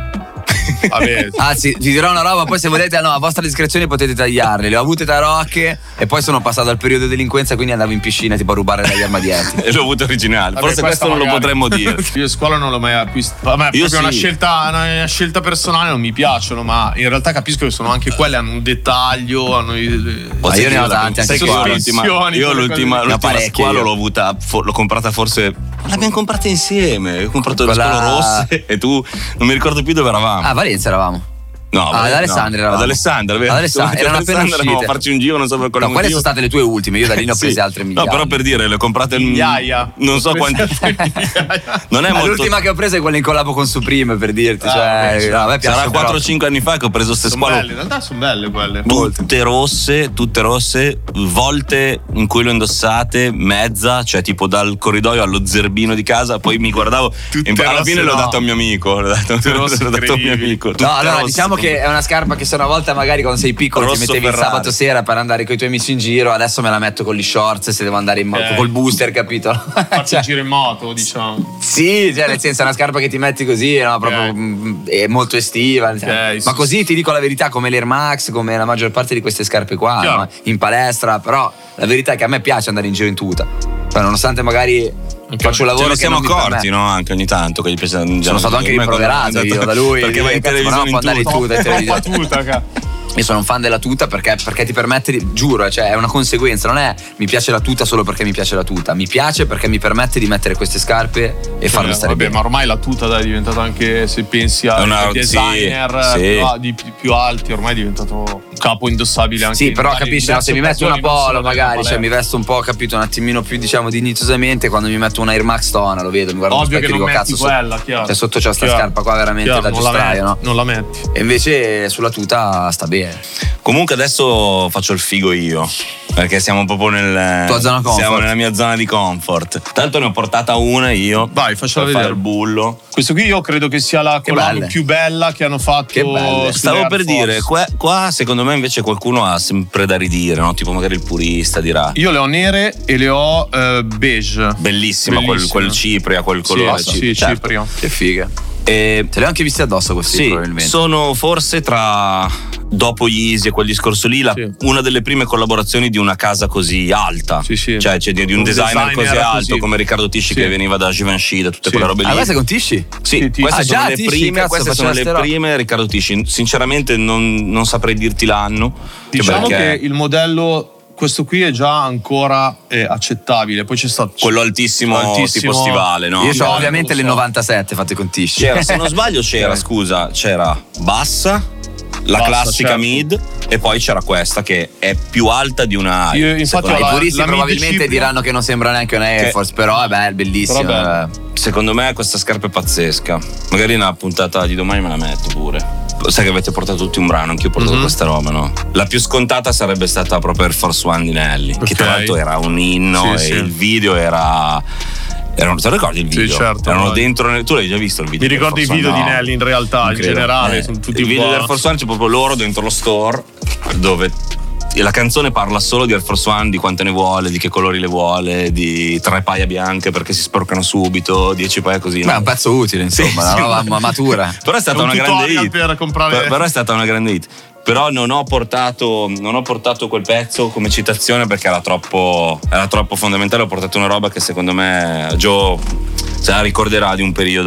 Vabbè, Anzi, vi dirò una roba, poi se volete, no, a vostra discrezione potete tagliarle. Le ho avute tarocche e poi sono passato al periodo di delinquenza, quindi andavo in piscina tipo a rubare dagli armadietti. E l'ho avuto originale. Vabbè, Forse questo non lo magari. potremmo dire. Io a scuola non l'ho mai acquistato. Vabbè, Io proprio una sì. scelta, una scelta personale, non mi piacciono, ma in realtà capisco che sono anche quelle, hanno un dettaglio, hanno i- le- Posso Ah, io ne ho dire la- tanti anche sai che qua. io l'ultima, Sospensioni, io quelle l'ultima, cose- Ne ho l'ultima parecchie squalo io. l'ho avuta, fo- l'ho comprata forse. L'abbiamo comprata insieme. Ho comprato le Quella- squalo rosse e tu non mi ricordo più dove eravamo. Ah, a Valenza eravamo. No, Ah, ad no, Alessandria eravamo. Ad Alessandria, vero? Ad Alessandria, erano appena Alessandria, uscite. andavamo a farci un giro, non so per quale No, quelle motivo. sono state le tue ultime, io da lì ne ho prese Sì. altre migliaia. No, però per dire, le ho comprate il Migliaia. non so Ho quanti. preso migliaia. Non è Ma molto. l'ultima che ho preso è quella in collabo con Supreme, per dirti, Ah, cioè, vabbè, no, a me piace Sarà quattro o però. cinque anni fa che ho preso queste Sono squalo. belle, in realtà sono belle quelle. Tutte rosse, tutte rosse, volte in cui le ho indossate, mezza, cioè tipo dal corridoio allo zerbino di casa, poi mi guardavo Tutte e alla rosse, fine l'ho no. dato a un mio amico, l'ho dato, Tutte rosse l'ho dato a un mio incredibili. amico. No, Tutte allora rosse. diciamo che è una scarpa che se una volta magari quando sei piccolo ti Rosso mettevi il Ferrari. sabato sera per andare con i tuoi amici in giro, adesso me la metto con gli shorts se devo andare in moto, Ok. col booster, capito? Farci Cioè, un giro in moto, diciamo. sì, cioè nel senso è una scarpa che ti metti così, no, proprio Ok. mm, è molto estiva. cioè. Ok, Ma sì, così ti dico la verità, come l'Air Max, come la maggior parte di queste scarpe qua, Chiaro. no? In palestra, però la verità è che a me piace andare in giro in tuta. Cioè, nonostante magari faccio un Ce lavoro ne che siamo non mi accorti, permette. no? Anche ogni tanto che gli piace andare in Sono stato anche rimproverato io da lui. perché vai in Cazzo, ma no, televisione può andare in in tuta. tuta, in televisione. Troppa tuta, ca- Io sono un fan della tuta perché, perché ti permette di, giuro, cioè è una conseguenza, non è mi piace la tuta solo perché mi piace la tuta, mi piace perché mi permette di mettere queste scarpe e farle Eh, stare vabbè, bene. ma ormai la tuta dai, è diventata anche, se pensi È ai una- designer sì, più, sì. a- di più, più alti, ormai è diventato un capo indossabile anche Sì, in però vari- capisci, no, se mi diverse metto una occasioni, non polo solo nella magari, cioè mi palestra. vesto un po', capito, un attimino più diciamo dignitosamente, quando mi metto una Air Max Tona lo vedo, mi guardo allo Ovvio specchio che e non dico metti cazzo, quella, sotto, chiaro. cioè, sotto c'è sta Chiaro. scarpa qua veramente Chiaro, da non la giustraio, metti, no? non la metti. E invece sulla tuta sta bene. Comunque adesso faccio il figo io, perché siamo proprio nel Tua zona comfort. siamo nella mia zona di comfort. Tanto ne ho portata una io. Vai, faccela per fare vedere. il bullo. Questo qui io credo che sia la Che collab belle. più bella che hanno fatto. Che belle. sulle Stavo Air per Force. dire, qua, qua secondo me invece qualcuno ha sempre da ridire, no? Tipo magari il purista dirà. Io le ho nere e le ho eh, beige. Bellissima, quel, Bellissima. quel cipria, quel Sì, colore. sì, cipria. sì, Certo. cipria. Che figa. E Te le ho anche viste addosso questi sì, probabilmente. sono forse tra dopo Yeezy e quel discorso lì la- Sì. una delle prime collaborazioni di una casa così alta. Sì, sì. Cioè, cioè di, di un, Un designer, designer così alto così. come Riccardo Tisci Sì. che veniva da Givenchy, da tutte Sì. quelle robe lì. Ah, queste con Tisci? Sì, Sì, Tisci. queste Ah, sono già, le Tisci, prime, cazzo, queste sono le faceva ste robe. prime Riccardo Tisci. Sinceramente non, non saprei dirti l'anno. Diciamo perché che il modello, questo qui è già ancora eh, accettabile. Poi c'è stato quello altissimo, altissimo. tipo stivale, no? Io No, ho non ovviamente lo le so. novantasette fatte con Tisci. C'era, se non sbaglio c'era, Ok. scusa, c'era bassa, la Bassa, classica certo. mid e poi c'era questa che è più alta di una high. Io, infatti, Ma ho i la- puristi la mid probabilmente cipria. diranno che non sembra neanche una Air Che- Force, però è beh, è bellissima. Però eh. Secondo me questa scarpa è pazzesca. Magari nella puntata di domani me la metto pure. Sai che avete portato tutti un brano, anch'io ho portato Mhm. questa roba, no? La più scontata sarebbe stata proprio Air Force One di Nelly, che tra Ok. l'altro era un inno Sì, e sì. il video era. Erano, te lo ricordi il Sì, video? certo, Erano vai. dentro. nel- Tu l'hai già visto il video? Mi di Air ricordo i Force video One? di No. Nelly in realtà, Non in credo. generale, Eh, sono tutti il un video po'- di Air Force One c'è proprio loro dentro lo store dove e la canzone parla solo di Air Force One, di quante ne vuole, di che colori le vuole, di tre paia bianche perché si sporcano subito, dieci paia così. Beh, no? è un pezzo utile, insomma, Sì, una sì, roba ma- matura. Però è stata È un una grande tutorial hit. per comprare- Per- Però è stata una grande hit. Però non ho portato non ho portato quel pezzo come citazione perché era troppo era troppo fondamentale. Ho portato una roba che secondo me Joe se la ricorderà di un periodo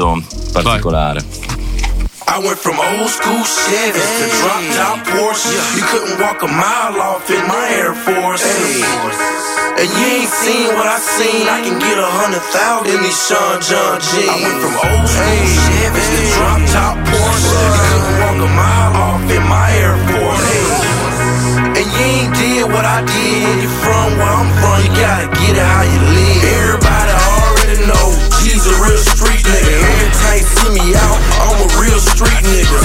particolare. I went from old school Chevy to drop top Porsche. You couldn't walk a mile off in my Air Force. Hey. And you ain't seen what I seen. I can get a hundred thousand in these Sean John jeans. I went from old school Chevy to drop top Porsche. You couldn't walk a mile off in my Air Force. Hey. And you ain't did what I did. When you from where I'm from, you gotta get it how you live. Everybody already know G's a real street nigga. Every time you see me out, I'm a real street nigga.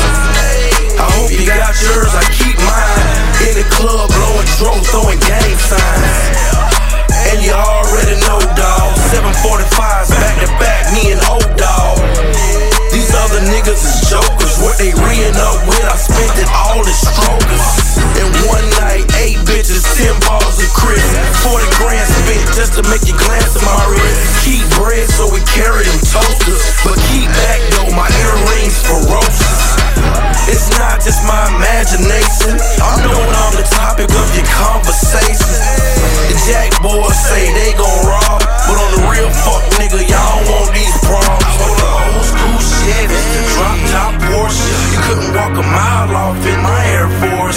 I hope you got yours, I keep mine. In the club, blowing dro, throwing gang signs. And you already know, dawg. seven forty-fives back to back, me and old dawg. These other niggas is jokers. What they reeing up with, I spent it all in strokers. In one night, eight bitches, ten balls of crisp. Forty grand spent just to make you glance at my wrist. Keep bread so we carry them toasters, but keep back though, my earrings ferocious. It's not just my imagination. I'm knowing I'm the topic of your conversation. The jack boys say they gon' rob, but on the real fuck nigga, y'all want these problems. Hold on, old school Chevy, the drop top Porsche. You couldn't walk a mile off in my Air Force.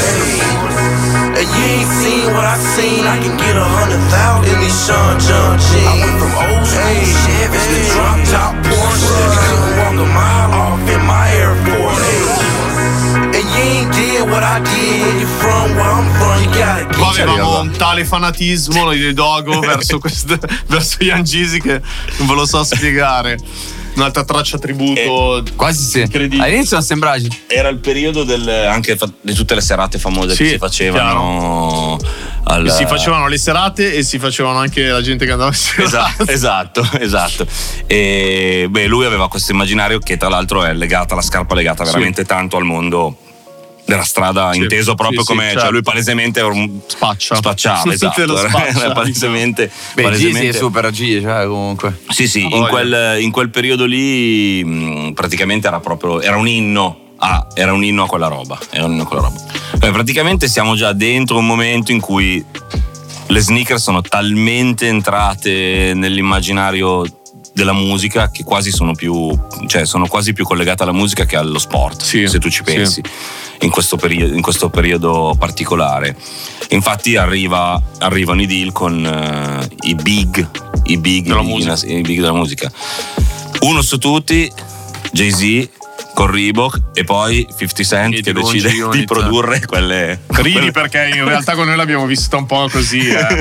And you ain't seen what I seen. I can get a hundred thousand in these Sean John jeans. I went from old school Chevy to drop top Porsche. You couldn't walk a mile off in my Air Force. And you ain't did what I did. When you from where I'm from, you gotta get. Poi avevamo un tale fanatismo noi dei Dogo verso, queste, verso Young Jeezy che non ve lo so spiegare. Un'altra traccia tributo, eh, quasi sì. Incredibile. All'inizio non sembrava. Era il periodo del, anche di tutte le serate famose sì, che si facevano. Al, si facevano le serate e si facevano anche la gente che andava a serate. Esatto, esatto, esatto. E beh, lui aveva questo immaginario che tra l'altro è legata, la scarpa legata veramente sì. tanto al mondo della strada, sì, inteso proprio sì, come sì, certo. Cioè lui palesemente un spaccia spacciava, esatto, lo spaccia, palesemente, beh, palesemente... G è super G, cioè comunque sì sì, in quel, in quel periodo lì mh, praticamente era proprio era un inno ah, era un inno a quella roba era un inno a quella roba. Beh, praticamente siamo già dentro un momento in cui le sneaker sono talmente entrate nell'immaginario della musica che quasi sono più, cioè sono quasi più collegate alla musica che allo sport, sì, se tu ci pensi, sì. in, questo periodo, in questo periodo particolare. Infatti arriva, arrivano i deal con uh, i big, i big della, i, musica. i big della musica. Uno su tutti, Jay-Z con Reebok e poi fifty Cent e che decide di produrre quelle. Ridi perché in realtà con noi l'abbiamo vista un po' così. Eh,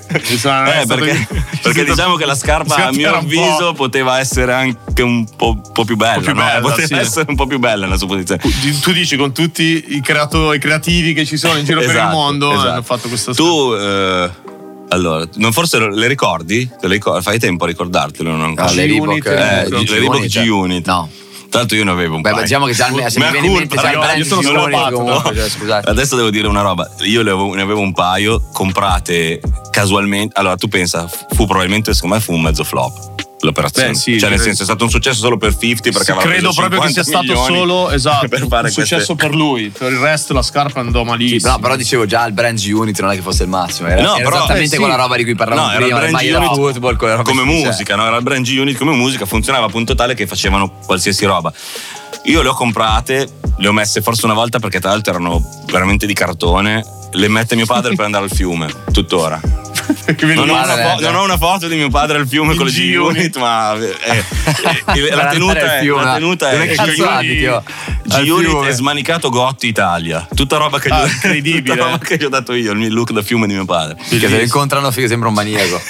eh perché, perché diciamo che la scarpa a mio avviso poteva essere anche un po', po' più bella, un po' più no? bella poteva sì. essere un po' più bella nella sua posizione. Tu dici con tutti i, creato, i creativi che ci sono in giro esatto, per il mondo esatto. hanno fatto questa tu eh, allora non forse le ricordi? Te le ricordi? Fai tempo a ricordartelo non no, le Reebok eh, le Reebok G-Unit no. Tanto io ne avevo un Beh, paio. diciamo che già se mi viene in mente già il brand io sono scoppato, no? no? Cioè, scusate. Adesso devo dire una roba. Io ne avevo, ne avevo un paio comprate casualmente. Allora tu pensa, fu probabilmente secondo me fu un mezzo flop l'operazione. Beh, sì, cioè nel senso è stato un successo solo per cinquanta perché sì, credo proprio che sia stato solo esatto per fare un successo queste... per lui, per il resto la scarpa andò malissimo. Sì, no, però dicevo già il brand G-Unit non è che fosse il massimo, era, no, era però, esattamente eh, sì. quella roba di cui parlavamo no, prima, era il brand G-Unit football, quella roba come cioè. musica, no? Era il brand G-Unit come musica, funzionava appunto tale che facevano qualsiasi roba. Io le ho comprate, le ho messe forse una volta perché tra l'altro erano veramente di cartone, le mette mio padre per andare al fiume, tuttora. Non ho, fo- non ho una foto di mio padre al fiume con le G-Unit, ma eh, eh, la tenuta è, la tenuta è G-Unit, G-Unit è smanicato Gotti Italia, tutta roba che, ah, gli, incredibile. tutta roba che gli ho dato io, il mio look da fiume di mio padre. Che se lo incontrano figo sembra un maniaco.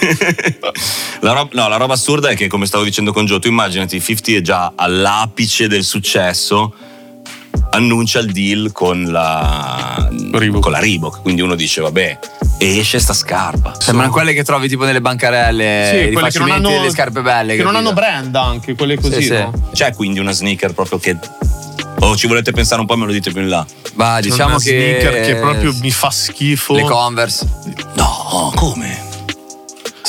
la, roba, no, la roba assurda è che, come stavo dicendo con Gio, tu immaginati cinquanta è già all'apice del successo, annuncia il deal con la Reebok. con la Reebok, quindi uno dice vabbè, esce sta scarpa. Sembrano Sono... quelle che trovi tipo nelle bancarelle, sì, quelle che non hanno le scarpe belle che capito? non hanno brand anche, quelle così, sì, no? sì. C'è quindi una sneaker proprio che o oh, ci volete pensare un po' me lo dite più in là. Ma c'è diciamo una che sneaker che proprio mi fa schifo. Le Converse. No, come?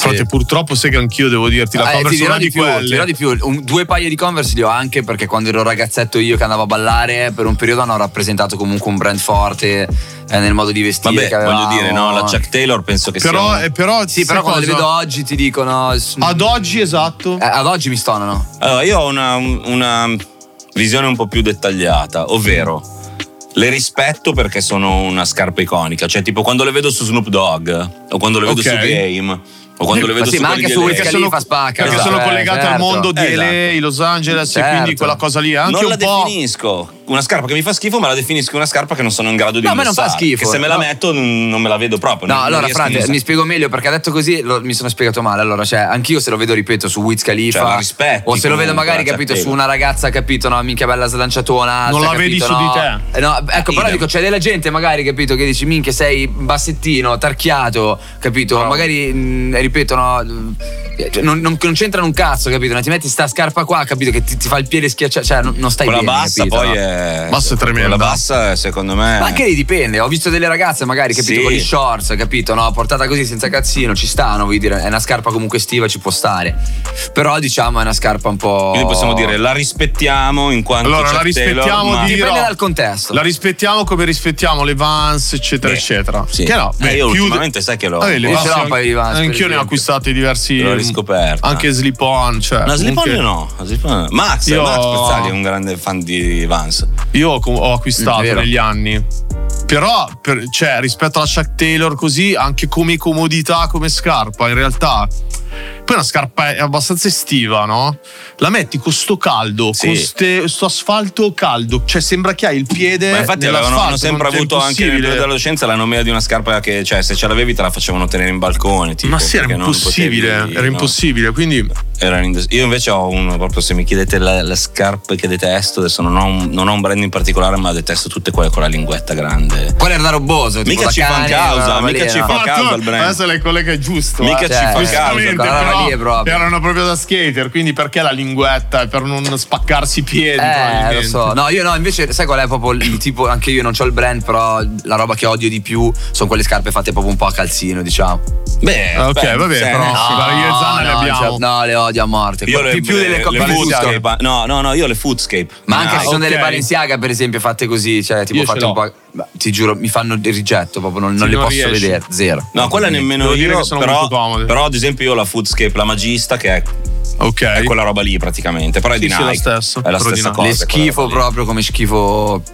Frate, purtroppo sai che anch'io devo dirti la Eh, Converse ti è dirò una di di più, ti quelle. dirò di più. Un- due paia di Converse li ho anche perché quando ero ragazzetto io che andavo a ballare per un periodo hanno rappresentato comunque un brand forte eh, nel modo di vestire. Vabbè, che avevamo. voglio dire, no, la Chuck Taylor penso che Però, sia un- eh, però, Sì, però sai quando le cosa? vedo oggi ti dicono. Ad oggi, esatto. Eh, ad oggi mi stonano. Allora, io ho una, una visione un po' più dettagliata, ovvero le rispetto perché sono una scarpa iconica, cioè tipo quando le vedo su Snoop Dogg o quando le vedo Ok. su Game o quando le Ma vedo sì, su ma quelli anche di su L A. Wiz Perché Khalifa sono- spacca. Perché esatto, sono eh, collegate al certo. mondo di Esatto. L A, Los Angeles Certo. e quindi quella cosa lì è anche Non la un po'. definisco una scarpa che mi fa schifo, ma la definisco una scarpa che non sono in grado di No, a me non fa indossare, schifo, che se me la no. metto non, non me la vedo proprio. No, non- non allora riesco a frate, indossare. mi spiego meglio perché ha detto così lo- mi sono spiegato male. Allora, cioè, anch'io se lo vedo, ripeto, su Wiz Khalifa Cioè, la rispetti o se lo vedo comunque, magari, la capito, Chuck su una ragazza, capito, no, minchia bella slanciatona. Non alta, la vedi capito, su no? di te. Eh, no, ecco, però Idem. dico, c'è della gente magari, capito, che dici minchia sei bassettino, tarchiato, capito, Bravo. magari mh, ripeto, no, cioè, non, non, non c'entrano un cazzo, capito, non ti metti sta scarpa qua, capito, che ti, ti fa il piede schiacciato, cioè non, non stai Quella bene, bassa capito, poi no? è Bassa è tremenda. Quella bassa secondo me Ma anche lì dipende, ho visto delle ragazze magari, capito, Sì. con gli shorts, capito, no, portata così senza cazzino, ci stanno, vuoi dire, è una scarpa comunque estiva, ci può stare. Però diciamo è una scarpa un po'. quindi possiamo dire la rispettiamo in quanto Allora, Chuck la rispettiamo Taylor, ma- di- dipende dirò- dal contesto. La rispettiamo come rispettiamo le Vans, eccetera, Beh, eccetera. sì. Che no, Eh, beh, io più ultimamente sai che l'ho Vabbè, le Io Vans ce l'ho un anche- paio di Vans, per Anch'io ne ho esempio. acquistati diversi. L'ho riscoperta. Anche slip-on. Cioè, No, Slip-on comunque- no, Slip-on- Max, Io- Max Pezzali è un grande fan di Vans. Io ho, ho acquistato Vero. negli anni. Però, per- cioè, rispetto alla Chuck Taylor, così, anche come comodità, come scarpa, in realtà. Poi una scarpa è abbastanza estiva, no? La metti con sto caldo, Sì. con ste- sto asfalto caldo, cioè sembra che hai il piede. Ma infatti avevano, nell'asfalto, hanno sempre non- è avuto anche nel impossibile. periodo dell'adolescenza la nomea di una scarpa che, cioè, se ce l'avevi te la facevano tenere in balcone. Tipo, Ma sì, era perché non impossibile, potevi- era no. impossibile, quindi Era indos- Io invece ho uno, proprio se mi chiedete la- le scarpe che detesto, adesso non ho, un, non ho un brand in particolare, ma detesto tutte quelle con la linguetta grande. Quella era da robboso, tipo Mica da ci fa cane, causa, quella mica lì, ci no? fa Ma causa tu- il brand. Adesso le collega è giusto. Mica eh. ci Cioè, fa causa. Giustamente, quella roba però lì è proprio. erano proprio da skater, quindi perché la linguetta? Per non spaccarsi i piedi. Eh, lo probabilmente. so. No, io no, invece, sai qual è proprio il tipo, anche io non ho il brand, però la roba che odio di più sono quelle scarpe fatte proprio un po' a calzino, diciamo. Beh, Ok, beh, vabbè, sì, però- no. sì, guarda, io e Zanna le no, abbiamo. cioè, no, le odio a morte. Io più le, più delle le, coppie le di Foodscape, Foodscape. no, no, no, io le Foodscape. Ma anche Ah, ci sono ok. delle Balenciaga, per esempio, fatte così, cioè tipo Io ce fatte un l'ho. po'. ma Ti giuro, mi fanno il rigetto, proprio non, non Sì, le non posso riesci. vedere. Zero. No, quella nemmeno Devo dire io, che sono però, molto comode. però ad esempio io ho la Foodscape, la Magista, che è, Ok. è quella roba lì praticamente, però è Sì, di sì, Nike. lo stesso, È la però di stessa Nike. cosa. Le quella schifo roba lì. proprio come schifo.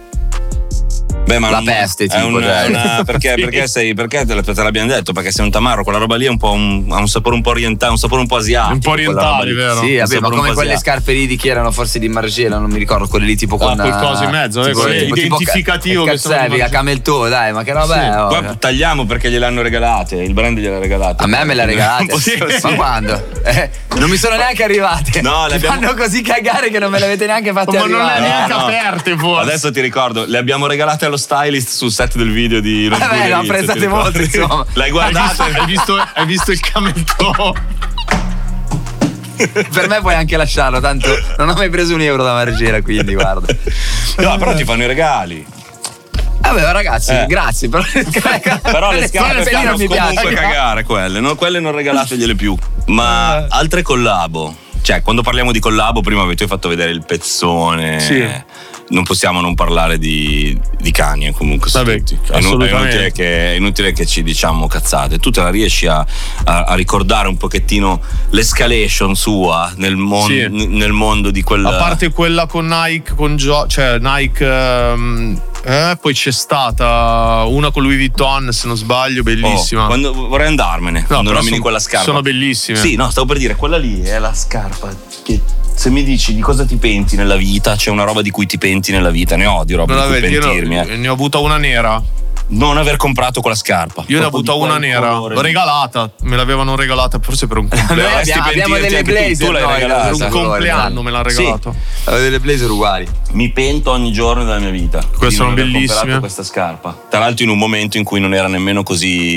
Beh, ma La non- peste, è tipo, un- cioè. è una- perché, Sì. perché sei perché te, te l'abbiamo detto, perché sei un tamarro, quella roba lì è un po' un, ha un sapore un po' orientale, un sapore un po' asiatico. Un po' quella roba orientale, lì. vero? Sì, Un vabbè, sapore ma un come po' quelle asiatico. scarpe lì di chi erano, forse di Margiela, non mi ricordo, quelle lì tipo Ah, con quel coso in mezzo, eh, tipo- quello tipo- tipo- identificativo che che sono di serve a Margiela. camel toe, dai, ma che roba Sì. è? oh? Qua tagliamo perché gliele non il brand gliel'ha regalate. A me me le ha regalate. Non possiamo- Ma quando? Eh, non mi sono neanche arrivate. No, le Mi abbiamo- fanno così cagare che non me le avete neanche fatte Ma non le arrivare. neanche No, no. aperte, forse. Adesso ti ricordo, le abbiamo regalate allo stylist sul set del video di Non Vabbè, Pure l'ho Elite, apprezzate ti ricordi? molto, insomma. L'hai Hai guardata? visto, hai, visto, hai visto il camel toe? Per me puoi anche lasciarlo, tanto non ho mai preso un euro da Margiela, quindi guarda. No, però ti fanno i regali. Vabbè, ragazzi, Eh. grazie. Però, Però le scarpe lì fanno non mi comunque piace. cagare quelle, no? Quelle non regalategliele più. Ma altre collabo. Cioè, quando parliamo di collabo, prima avete fatto vedere il pezzone. Sì. Non possiamo non parlare di, di Kanye comunque su Vabbè, tutti. È, inu- è assolutamente. inutile che, è inutile che ci diciamo cazzate. Tu te la riesci a, a- a ricordare un pochettino l'escalation sua nel, mon- Sì. n- nel mondo di quel... A parte quella con Nike, con Gio- cioè Nike, ehm, eh, poi c'è stata una con Louis Vuitton, se non sbaglio, bellissima. Oh, quando vorrei andarmene, quando però nomini son- quella scarpa. sono bellissime. Sì, no, stavo per dire, quella lì è la scarpa che se mi dici di cosa ti penti nella vita, c'è una roba di cui ti penti nella vita, ne ho di roba Non di cui la vedi, io pentirmi. ne, eh. ne ho avuta una nera. Non aver comprato quella scarpa. Io ne ho Proprio avuta di una quel nera, colore lì. regalata. Me l'avevano regalata forse per un Noi compleanno. Dovresti abbiamo, abbiamo pentirti delle anche tu, blazer, tu l'hai noi, regalata. Per un del colore, compleanno me l'ha Sì. regalato. Avevo delle blazer uguali. Mi pento ogni giorno della mia vita. Queste di sono non aver bellissime. comprato questa scarpa. Tra l'altro in un momento in cui non era nemmeno così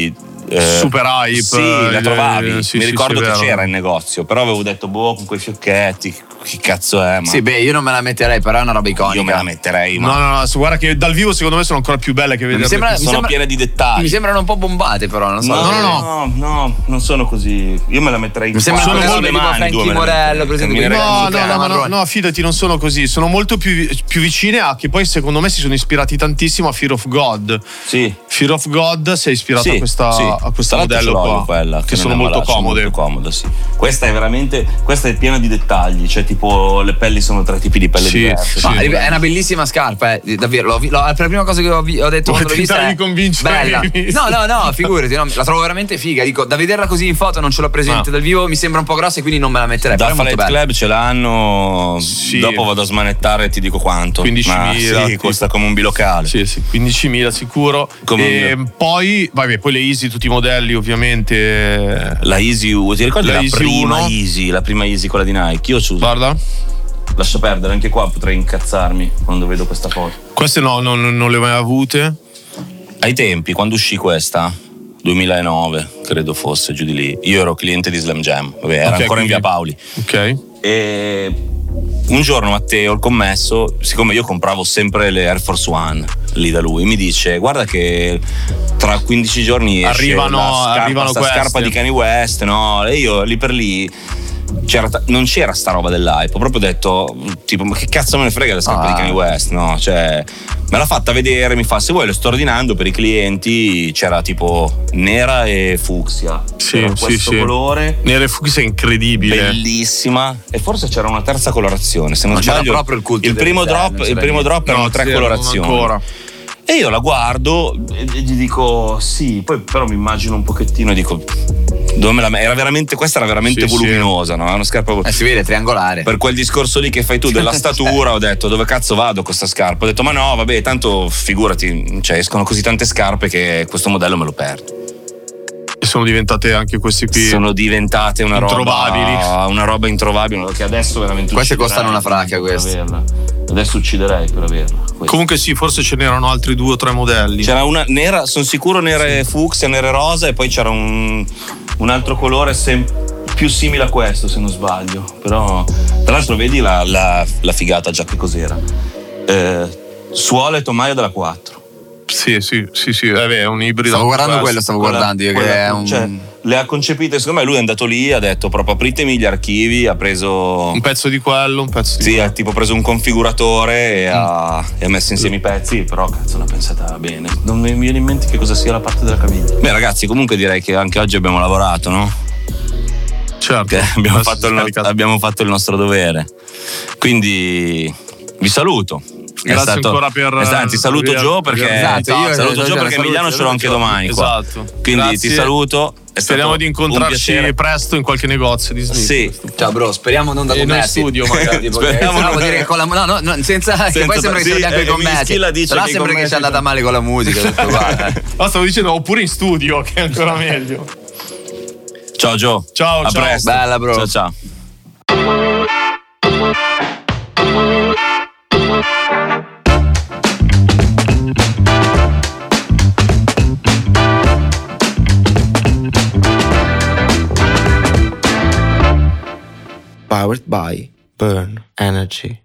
eh, super hype. Sì, la trovavi. Eh, sì, Mi sì, ricordo sì, che vero. c'era in negozio, però avevo detto boh, con quei fiocchetti, chi cazzo è? Ma Sì, beh, io non me la metterei, però è una roba iconica. io me la metterei, ma No, no, no, guarda che dal vivo secondo me sono ancora più belle che vederle. Mi sembra- qui. sono sembra- piene di dettagli. Mi sembrano un po' bombate, però, non so. No, no, no, no. no, no, non sono così. Io me la metterei Mi sembra qua. una Sono roba le tipo mani, Frankie due me la Morello, metterei. presente Mi quei regali No, un no, cane. no, ma no, marrone. no, fidati, non sono così. Sono molto più, più vicine a che poi secondo me si sono ispirati tantissimo a Fear of God. Sì. Fear of God si è ispirato Sì, a, questa, sì. a questo Tra l'altro modello ce l'ho qua, io quella, che non sono è molto malaccia, comode. molto comoda, sì. Questa è veramente, questa è piena di dettagli, cioè tipo le pelli sono tre tipi di pelle Sì, diverse. sì. Ma è una bellissima scarpa, eh, davvero. L'ho vi- l'ho- la prima cosa che ho, vi- ho detto Vuoi quando l'ho vista tentare è di convincere bella. che hai visto? No, no, no, figurati, no, la trovo veramente figa. Dico, da vederla così in foto non ce l'ho presente Ah. dal vivo, mi sembra un po' grossa e quindi non me la metterei. Da Però è molto Fight bella. Club ce l'hanno, Sì. dopo vado a smanettare e ti dico quanto. quindicimila, Ma sì, sì. costa come un bilocale. Sì, sì, quindicimila sicuro. Come e un- poi, vabbè, poi le Easy, tutti i modelli ovviamente. La Easy U, ti ricordi La la, Easy prima uno? Easy, la prima Easy, quella di Nike? Io ci Guarda, lascia perdere, anche qua potrei incazzarmi quando vedo questa foto. queste no, non, non le ho mai avute. Ai tempi, quando uscì questa, duemilanove, credo fosse, giù di lì, io ero cliente di Slam Jam, vabbè, era Ok, ancora in quindi- via Paoli. Ok. E un giorno Matteo, il commesso, siccome io compravo sempre le Air Force One lì da lui, mi dice guarda che tra quindici giorni esce Arrivano- la scarpa, arrivano sta queste. scarpa di Kanye West, no? E io lì per lì c'era ta- non c'era sta roba dell'hype, ho proprio detto tipo ma che cazzo me ne frega le scarpe Ah. di Kanye West, no? Cioè me l'ha fatta vedere, mi fa se vuoi lo sto ordinando per i clienti, c'era tipo nera e fucsia, Sì, c'era sì, questo sì. colore Nere Fuchs è incredibile. bellissima e forse c'era una terza colorazione se non Ma c'era sbaglio proprio il culto il del primo design, drop, non il c'era primo niente. drop erano No, tre zero, non colorazioni ancora. e io la guardo e e gli dico sì, poi però mi immagino un pochettino e dico dove me la me- era veramente questa era veramente Sì, voluminosa, no? È una scarpa Eh, si vede triangolare. per quel discorso lì che fai tu della statura ho detto dove cazzo vado con questa scarpa, ho detto ma no vabbè tanto figurati, cioè escono così tante scarpe che questo modello me lo perdo. E sono diventate anche questi qui. Sono diventate una roba Introvabili. una roba introvabile che adesso veramente Queste ucciderei costano una fracca, per queste. averla. Adesso ucciderei per averla questa. Comunque sì, forse ce n'erano altri due o tre modelli. C'era una nera, sono sicuro nera e fucsia, nera e rosa e poi c'era un, un altro colore sem- più simile a questo se non sbaglio, però tra l'altro vedi la, la, la figata già che cos'era, eh, suola e tomaia della quattro. Sì, sì, sì, sì, eh beh, è un ibrido. Stavo guardando Quella- quello, stavo quella- guardando io, che quella- è un. cioè, le ha concepite, secondo me lui è andato lì, ha detto proprio apritemi gli archivi, ha preso Un pezzo di quello, un pezzo di sì, quello. ha tipo preso un configuratore e ha, e ha messo insieme i pezzi, però cazzo l'ha pensata bene. Non mi viene in mente che cosa sia la parte della caviglia. Beh ragazzi, comunque direi che anche oggi abbiamo lavorato, no? Certo. Che abbiamo, Adesso fatto il, si no- scarica- abbiamo fatto il nostro dovere. Quindi vi saluto. È Grazie stato- ancora per- è stato- ti saluto per- Joe perché Esatto, io- saluto io- Joe io- perché saluto- Emiliano ce l'ho anche saluto- domani qua. Esatto. Quindi Grazie. ti saluto. È Speriamo stato di un incontrarci piacere. presto in qualche negozio di Smith. Sì. Ciao bro, speriamo non da E noi commessi. studio, magari. Tipo che- Speriamo no, non- vuol dire che con la no, no, no, senza, che Senza- poi sembra che sì, sia bianco eh, i commessi. Mischilla dice Però che i sembra che commessi sia andata sono- male con la musica. Tutto qua, eh. Ma stavo dicendo, oppure in studio, che è ancora meglio. Ciao Joe. Ciao, A ciao. presto. Bella, bro. Ciao ciao. Powered by Burn Energy.